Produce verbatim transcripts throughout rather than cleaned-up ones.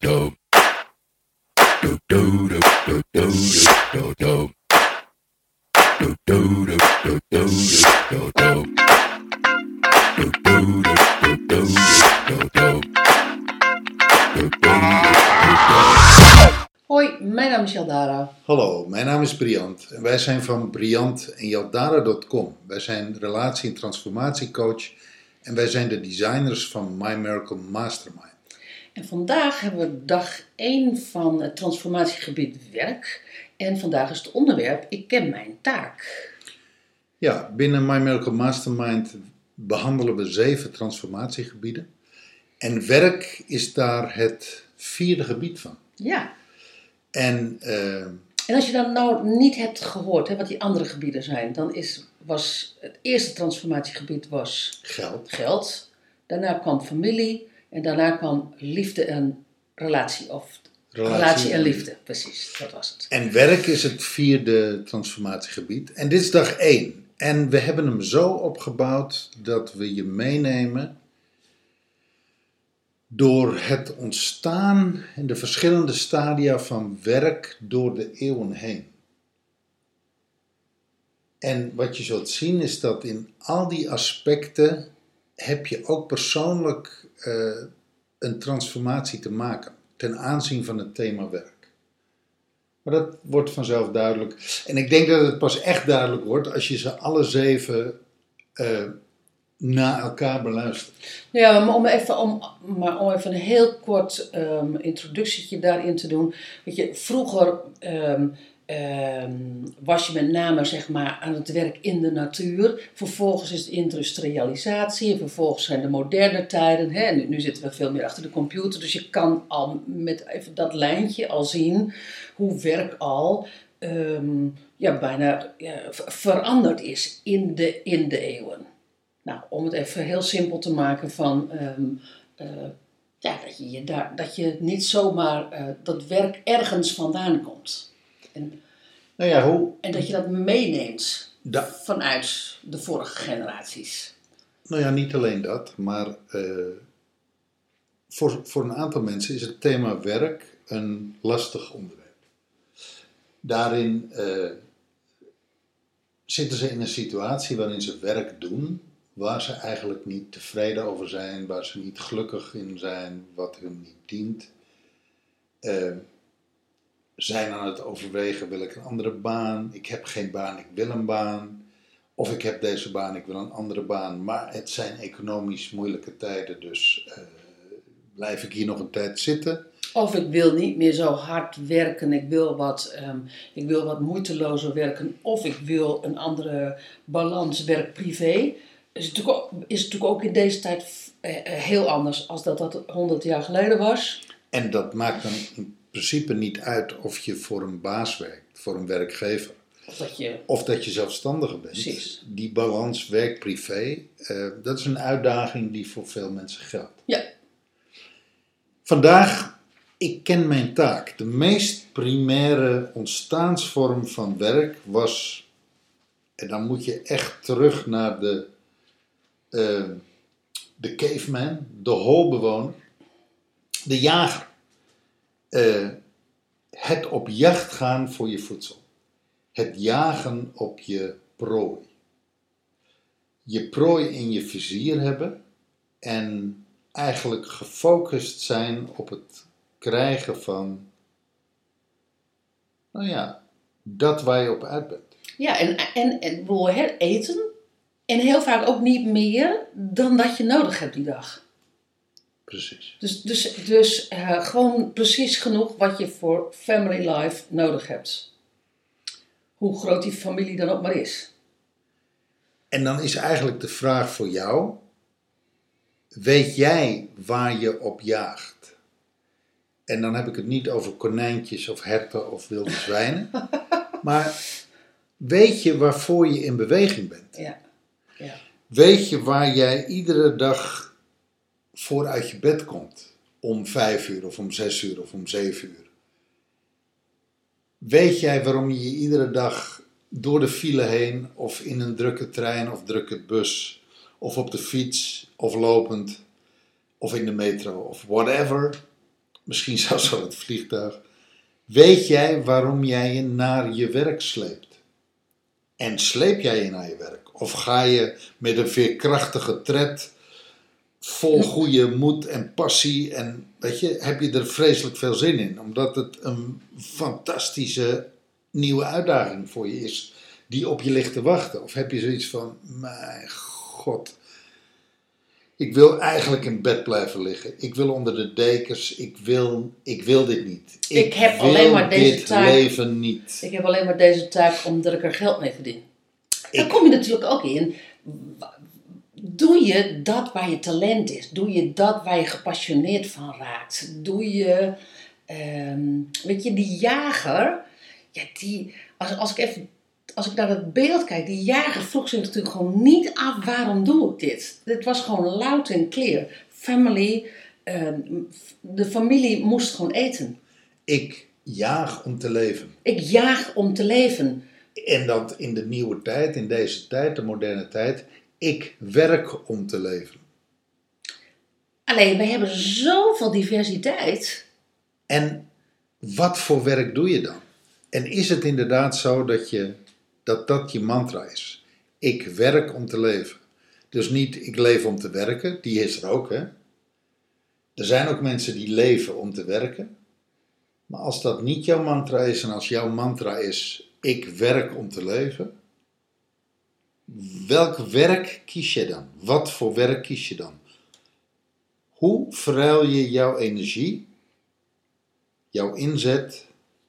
do do do do do do do do do do do do do do do. Hoi, mijn naam is Jaldara. Hallo, mijn naam is Briant en wij zijn van Briant en Jaldara punt com. Wij zijn relatie- en transformatiecoach en wij zijn de designers van My Miracle Mastermind. En vandaag hebben we dag één van het transformatiegebied werk. En vandaag is het onderwerp Ik ken mijn taak. Ja, binnen My Miracle Mastermind behandelen we zeven transformatiegebieden. En werk is daar het vierde gebied van. Ja. En, uh, en als je dan nou niet hebt gehoord hè, wat die andere gebieden zijn, dan is, was het eerste transformatiegebied was geld. geld. Daarna kwam familie en daarna kwam liefde en relatie. Of relatie, relatie en liefde, precies, dat was het. En werk is het vierde transformatiegebied. En dit is dag één. En we hebben hem zo opgebouwd dat we je meenemen door het ontstaan en de verschillende stadia van werk door de eeuwen heen. En wat je zult zien is dat in al die aspecten heb je ook persoonlijk uh, een transformatie te maken ten aanzien van het thema werk. Maar dat wordt vanzelf duidelijk. En ik denk dat het pas echt duidelijk wordt als je ze alle zeven uh, na elkaar beluistert. Ja, maar om even, om, maar om even een heel kort um, introductietje daarin te doen. Weet je, vroeger um, um, was je met name zeg maar, aan het werk in de natuur. Vervolgens is het industrialisatie. En vervolgens zijn de moderne tijden. Hè, en nu zitten we veel meer achter de computer. Dus je kan al met even dat lijntje al zien hoe werk al um, ja, bijna ja, veranderd is in de, in de eeuwen. Nou, om het even heel simpel te maken van, um, uh, ja, dat je, je daar, dat je niet zomaar uh, dat werk ergens vandaan komt. En, nou ja, hoe, en dat je dat meeneemt da, vanuit de vorige generaties. Nou ja, niet alleen dat, maar uh, voor, voor een aantal mensen is het thema werk een lastig onderwerp. Daarin uh, zitten ze in een situatie waarin ze werk doen waar ze eigenlijk niet tevreden over zijn, waar ze niet gelukkig in zijn, wat hun niet dient. Uh, zijn aan het overwegen, wil ik een andere baan? Ik heb geen baan, ik wil een baan. Of ik heb deze baan, ik wil een andere baan. Maar het zijn economisch moeilijke tijden, dus uh, blijf ik hier nog een tijd zitten. Of ik wil niet meer zo hard werken, ik wil wat, um, ik wil wat moeitelozer werken. Of ik wil een andere balans werk-privé. Is het, ook, is het natuurlijk ook in deze tijd uh, heel anders als dat dat honderd jaar geleden was. En dat maakt dan in principe niet uit of je voor een baas werkt, voor een werkgever. Of dat je, of dat je zelfstandige bent. Precies. Die balans werk-privé, uh, dat is een uitdaging die voor veel mensen geldt. Ja. Vandaag, ik ken mijn taak. De meest primaire ontstaansvorm van werk was, en dan moet je echt terug naar de Uh, de caveman, de holbewoner, de jager. Uh, het op jacht gaan voor je voedsel. Het jagen op je prooi. Je prooi in je vizier hebben en eigenlijk gefocust zijn op het krijgen van, nou ja, dat waar je op uit bent. Ja, en, en, en het eten. En heel vaak ook niet meer dan dat je nodig hebt die dag. Precies. Dus, dus, dus uh, gewoon precies genoeg wat je voor family life nodig hebt. Hoe groot die familie dan ook maar is. En dan is eigenlijk de vraag voor jou. Weet jij waar je op jaagt? En dan heb ik het niet over konijntjes of herten of wilde zwijnen. Maar weet je waarvoor je in beweging bent? Ja. Ja. Weet je waar jij iedere dag voor uit je bed komt? Om vijf uur of om zes uur of om zeven uur? Weet jij waarom je iedere dag door de file heen of in een drukke trein of drukke bus of op de fiets of lopend of in de metro of whatever misschien zelfs wel het vliegtuig. Weet jij waarom jij je naar je werk sleept? En sleep jij je naar je werk? Of ga je met een veerkrachtige tred, vol goede moed en passie en weet je, heb je er vreselijk veel zin in? Omdat het een fantastische nieuwe uitdaging voor je is die op je ligt te wachten. Of heb je zoiets van, mijn god, ik wil eigenlijk in bed blijven liggen. Ik wil onder de dekens. Ik wil, ik wil dit niet. Ik, Ik heb wil alleen maar deze dit taak. leven niet. Ik heb alleen maar deze taak omdat ik er geld mee verdien. Dan Ik- kom je natuurlijk ook in. Doe je dat waar je talent is? Doe je dat waar je gepassioneerd van raakt? Doe je, ehm, weet je, die jager, ja, die, als, als ik even, als ik naar het beeld kijk, die jager vroeg zich natuurlijk gewoon niet af, waarom doe ik dit? Dit was gewoon loud en clear. Family, ehm, de familie moest gewoon eten. Ik jaag om te leven. Ik jaag om te leven. En dat in de nieuwe tijd, in deze tijd, de moderne tijd. Ik werk om te leven. Alleen, we hebben zoveel diversiteit. En wat voor werk doe je dan? En is het inderdaad zo dat je, dat, dat je mantra is? Ik werk om te leven. Dus niet ik leef om te werken, die is er ook, hè? Er zijn ook mensen die leven om te werken. Maar als dat niet jouw mantra is en als jouw mantra is ik werk om te leven, welk werk kies je dan? Wat voor werk kies je dan? Hoe verruil je jouw energie, jouw inzet,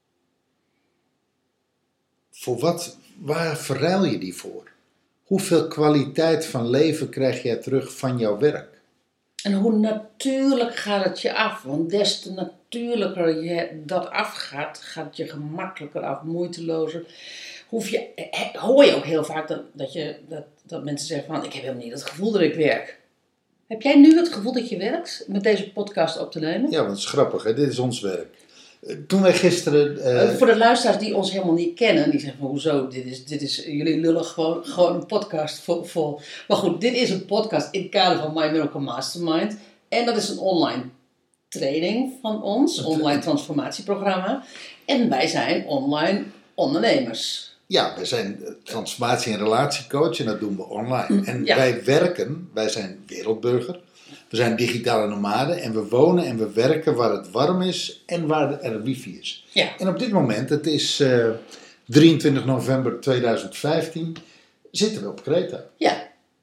voor wat, waar verruil je die voor? Hoeveel kwaliteit van leven krijg jij terug van jouw werk? En hoe natuurlijk gaat het je af? Want des te natuurlijker je dat afgaat, gaat het je gemakkelijker af, moeitelozer. Hoef je, he- hoor je ook heel vaak dat, dat, je, dat, dat mensen zeggen van, ik heb helemaal niet het gevoel dat ik werk. Heb jij nu het gevoel dat je werkt met deze podcast op te nemen? Ja, want het is grappig, hè? Dit is ons werk. Eh, Toen wij gisteren... eh, Uh, voor de luisteraars die ons helemaal niet kennen, die zeggen van hoezo, dit is, dit is, jullie lullen gewoon, gewoon een podcast vol, vol. Maar goed, dit is een podcast in het kader van My Miracle Mastermind. En dat is een online training van ons, online transformatieprogramma. En wij zijn online ondernemers. Ja, wij zijn eh, transformatie- en relatiecoach en dat doen we online. En Ja. wij werken, wij zijn wereldburger, we zijn digitale nomaden en we wonen en we werken waar het warm is en waar er wifi is. Ja. En op dit moment, het is eh, drieëntwintig november tweeduizend vijftien, zitten we op Kreta. Ja,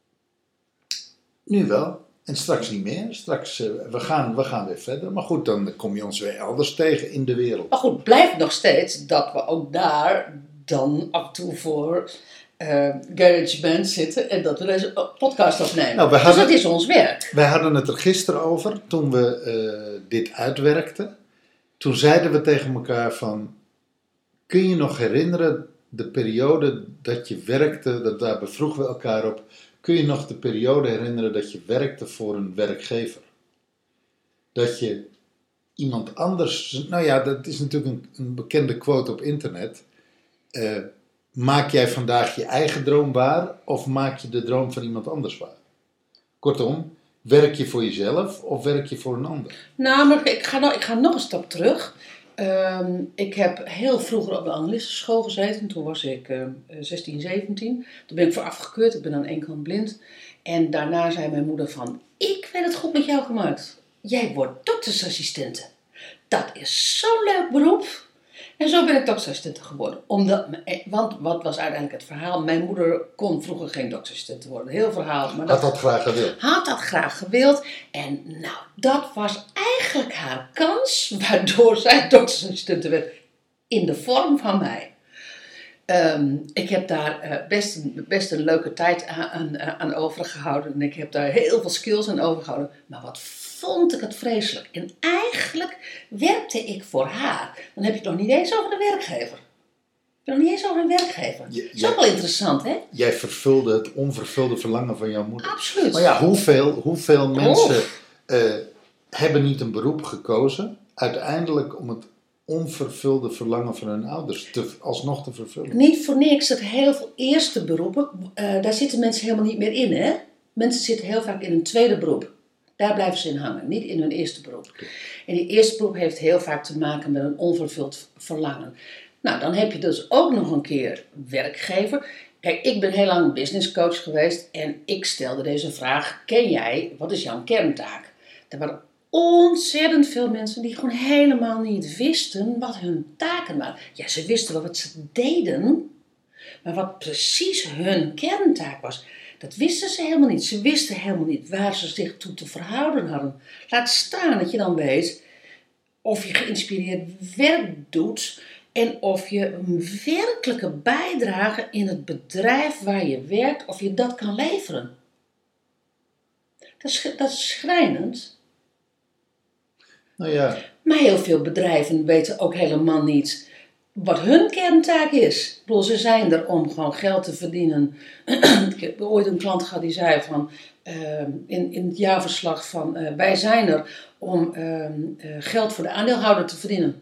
Nu wel. En straks niet meer. Straks, eh, we, gaan, we gaan weer verder. Maar goed, dan kom je ons weer elders tegen in de wereld. maar goed, blijft nog steeds dat we ook daar dan af en toe voor uh, GarageBand zitten en dat we deze podcast opnemen. Nou, we dus hadden- dat is ons werk. Wij hadden het er gisteren over, toen we eh, dit uitwerkten. Toen zeiden we tegen elkaar van, kun je nog herinneren de periode dat je werkte, dat daar bevroegen we elkaar op, kun je nog de periode herinneren dat je werkte voor een werkgever? Dat je iemand anders, nou ja, dat is natuurlijk een, een bekende quote op internet. Eh, maak jij vandaag je eigen droom waar of maak je de droom van iemand anders waar? Kortom, werk je voor jezelf of werk je voor een ander? Nou, maar ik ga, nog, ik ga nog een stap terug. Ehm, ik heb heel vroeger op de analistenschool gezeten. Toen was ik uh, zestien, zeventien. Toen ben ik voor afgekeurd. Ik ben aan één kant blind. En daarna zei mijn moeder van, ik weet het goed met jou gemaakt. Jij wordt doktersassistente. Dat is zo'n leuk beroep. En zo ben ik doktersassistente geworden. Omdat, want wat was uiteindelijk het verhaal? Mijn moeder kon vroeger geen doktersassistente worden. Heel verhaal. Maar Had dat graag gewild. had dat graag gewild. En nou, dat was eigenlijk haar kans, waardoor zij doktersassistente werd in de vorm van mij. Um, ik heb daar uh, best, een, best een leuke tijd aan, aan, aan overgehouden. En ik heb daar heel veel skills aan overgehouden. Maar wat vond ik het vreselijk. En eigenlijk werkte ik voor haar. Dan heb je het nog niet eens over de werkgever. Je hebt nog niet eens over een werkgever. Je- Dat is ook wel interessant, hè? Jij vervulde het onvervulde verlangen van jouw moeder. Absoluut. Maar ja, hoeveel, hoeveel mensen eh, hebben niet een beroep gekozen, uiteindelijk om het onvervulde verlangen van hun ouders te, alsnog te vervullen? Niet voor niks dat heel veel eerste beroepen, uh, daar zitten mensen helemaal niet meer in, hè? Mensen zitten heel vaak in een tweede beroep. Daar blijven ze in hangen, niet in hun eerste beroep. En die eerste beroep heeft heel vaak te maken met een onvervuld verlangen. Nou, dan heb je dus ook nog een keer werkgever. Kijk, ik ben heel lang businesscoach geweest en ik stelde deze vraag: ken jij, wat is jouw kerntaak? Er waren ontzettend veel mensen die gewoon helemaal niet wisten wat hun taken waren. Ja, ze wisten wel wat ze deden, maar wat precies hun kerntaak was, dat wisten ze helemaal niet. Ze wisten helemaal niet waar ze zich toe te verhouden hadden. Laat staan dat je dan weet of je geïnspireerd werk doet en of je een werkelijke bijdrage in het bedrijf waar je werkt, of je dat kan leveren. Dat is, dat is schrijnend. Nou ja, Maar heel veel bedrijven weten ook helemaal niet wat hun kerntaak is. Ik bedoel, ze zijn er om gewoon geld te verdienen. Ik heb ooit een klant gehad die zei van, uh, in, in het jaarverslag van, uh, wij zijn er om uh, uh, geld voor de aandeelhouder te verdienen.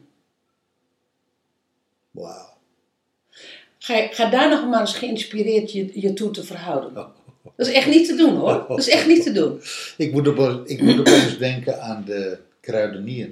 wauw. Ga, ga daar nog maar eens geïnspireerd je, je toe te verhouden. Dat is echt niet te doen hoor. Dat is echt niet te doen. Ik moet, op, ik moet opeens denken aan de kruidenier.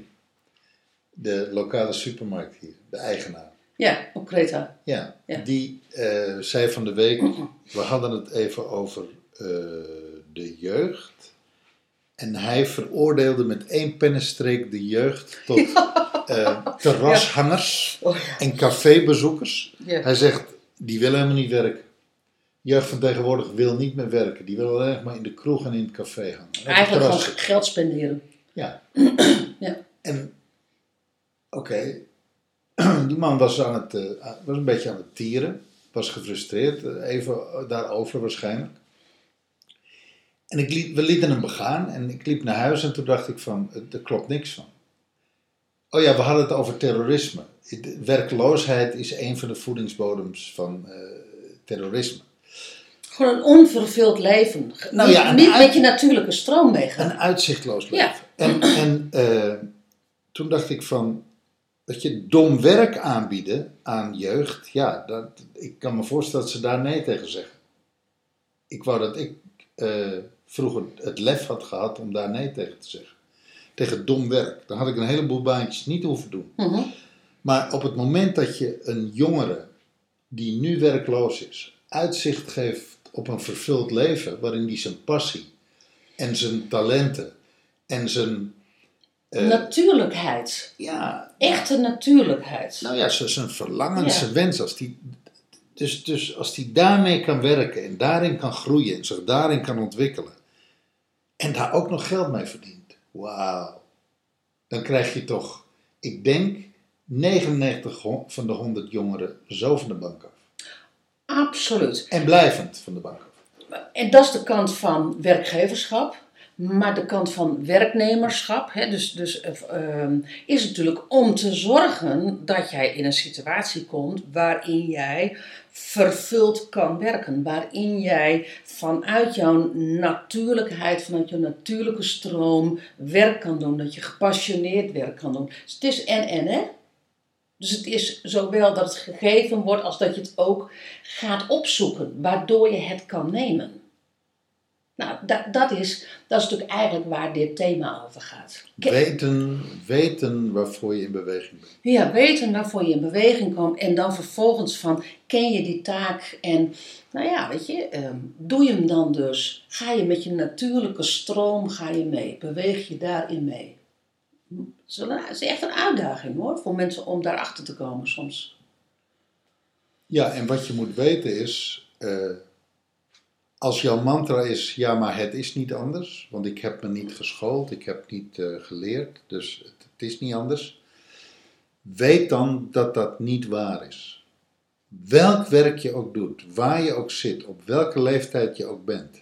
De lokale supermarkt hier, de eigenaar. Ja, op Kreta. Ja, Ja. die uh, zei van de week, we hadden het even over uh, de jeugd. En hij veroordeelde met één pennenstreek de jeugd tot uh, terrashangers Oh, ja. en cafébezoekers. Ja. Hij zegt, die willen helemaal niet werken. Jeugd van tegenwoordig wil niet meer werken. Die willen alleen maar in de kroeg en in het café gaan. Op het Eigenlijk terras gewoon geld spenderen. Ja. Ja. En, oké, okay. Die man was, aan het, uh, was een beetje aan het tieren. Was gefrustreerd, uh, even daarover waarschijnlijk. En ik liet, we lieten hem begaan en ik liep naar huis en toen dacht ik van, er klopt niks van. Oh ja, we hadden het over terrorisme. Werkloosheid is een van de voedingsbodems van uh, terrorisme. Gewoon een onvervuld leven. Nou niet ja, niet uit- met je natuurlijke stroom meegaan. Een uitzichtloos leven. Ja. En, en uh, toen dacht ik van, dat je dom werk aanbieden aan jeugd, ja, dat, ik kan me voorstellen dat ze daar nee tegen zeggen. Ik wou dat ik uh, vroeger het lef had gehad om daar nee tegen te zeggen. Tegen dom werk. Dan had ik een heleboel baantjes niet hoeven doen. Mm-hmm. Maar op het moment dat je een jongere die nu werkloos is, uitzicht geeft op een vervuld leven, waarin die zijn passie en zijn talenten en zijn uh, Natuurlijkheid. ja, Echte natuurlijkheid. nou ja, z- zijn verlangen, Ja. zijn wens, als die, dus, dus als die daarmee kan werken en daarin kan groeien en zich daarin kan ontwikkelen en daar ook nog geld mee verdient, wauw, dan krijg je toch, ik denk, negenennegentig van de honderd jongeren zo van de bank af. Absoluut. En blijvend van de bank af. En dat is de kant van werkgeverschap. Maar de kant van werknemerschap, hè, dus, dus, uh, is natuurlijk om te zorgen dat jij in een situatie komt waarin jij vervuld kan werken. Waarin jij vanuit jouw natuurlijkheid, vanuit jouw natuurlijke stroom werk kan doen. Dat je gepassioneerd werk kan doen. Dus het is en en hè. Dus het is zowel dat het gegeven wordt als dat je het ook gaat opzoeken. Waardoor je het kan nemen. Nou, dat, dat, is, dat is natuurlijk eigenlijk waar dit thema over gaat. Weten, weten waarvoor je in beweging bent. Ja, weten waarvoor je in beweging komt en dan vervolgens van, ken je die taak en, nou ja, weet je, eh, doe je hem dan dus. Ga je met je natuurlijke stroom, ga je mee, beweeg je daarin mee. Het is echt een uitdaging hoor, voor mensen om daarachter te komen soms. Ja, en wat je moet weten is, uh, als jouw mantra is, ja, maar het is niet anders, want ik heb me niet geschoold, ik heb niet uh, geleerd, dus het, het is niet anders. Weet dan dat dat niet waar is. Welk werk je ook doet, waar je ook zit, op welke leeftijd je ook bent.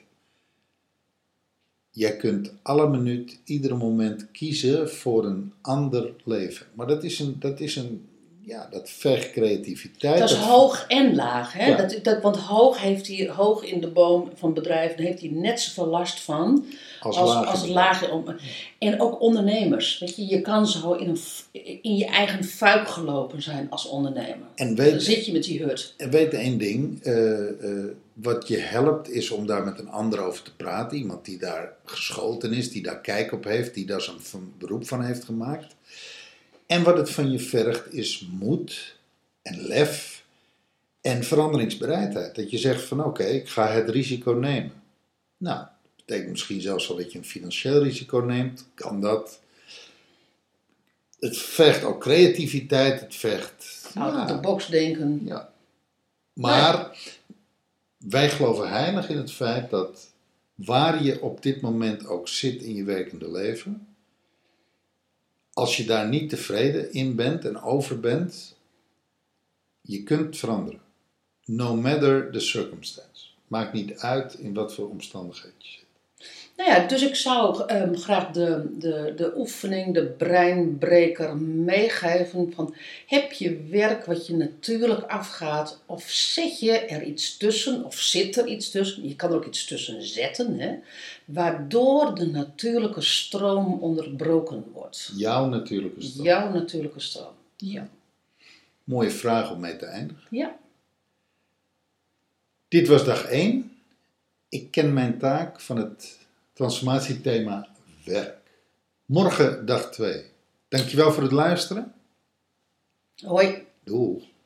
Jij kunt alle minuut, ieder moment kiezen voor een ander leven. Maar dat is een, dat is een, ja, dat vergt creativiteit. Dat is dat- hoog en laag. Hè? Ja. Dat, dat, want hoog heeft hij, hoog in de boom van bedrijven, heeft hij net zoveel last van Als als, laag als in de laag. om- En ook ondernemers. Weet je, je kan zo in, een, f- in je eigen fuik gelopen zijn als ondernemer. En Dan weet, zit je met die hut. en weet één ding, eh, eh, wat je helpt is om daar met een ander over te praten. Iemand die daar gescholden is, die daar kijk op heeft, die daar zijn van- beroep van heeft gemaakt. En wat het van je vergt is moed en lef en veranderingsbereidheid. Dat je zegt van oké, ik ga het risico nemen. Nou, dat betekent misschien zelfs wel dat je een financieel risico neemt. Kan dat. Het vergt ook creativiteit, het vergt... Out of ja, the box denken. ja. Maar wij geloven heilig in het feit dat waar je op dit moment ook zit in je werkende leven, als je daar niet tevreden in bent en over bent, je kunt veranderen. No matter the circumstance. Maakt niet uit in wat voor omstandigheden je zit. Nou ja, dus ik zou ehm, graag de, de, de oefening, de breinbreker meegeven van, heb je werk wat je natuurlijk afgaat of zet je er iets tussen of zit er iets tussen, je kan er ook iets tussen zetten, hè, waardoor de natuurlijke stroom onderbroken wordt. Jouw natuurlijke stand. Jouw natuurlijke stroom. Ja. Mooie vraag om mee te eindigen. Ja. Dit was dag één. Ik ken mijn taak van het transformatiethema werk. Morgen dag twee. Dankjewel voor het luisteren. Hoi. Doei.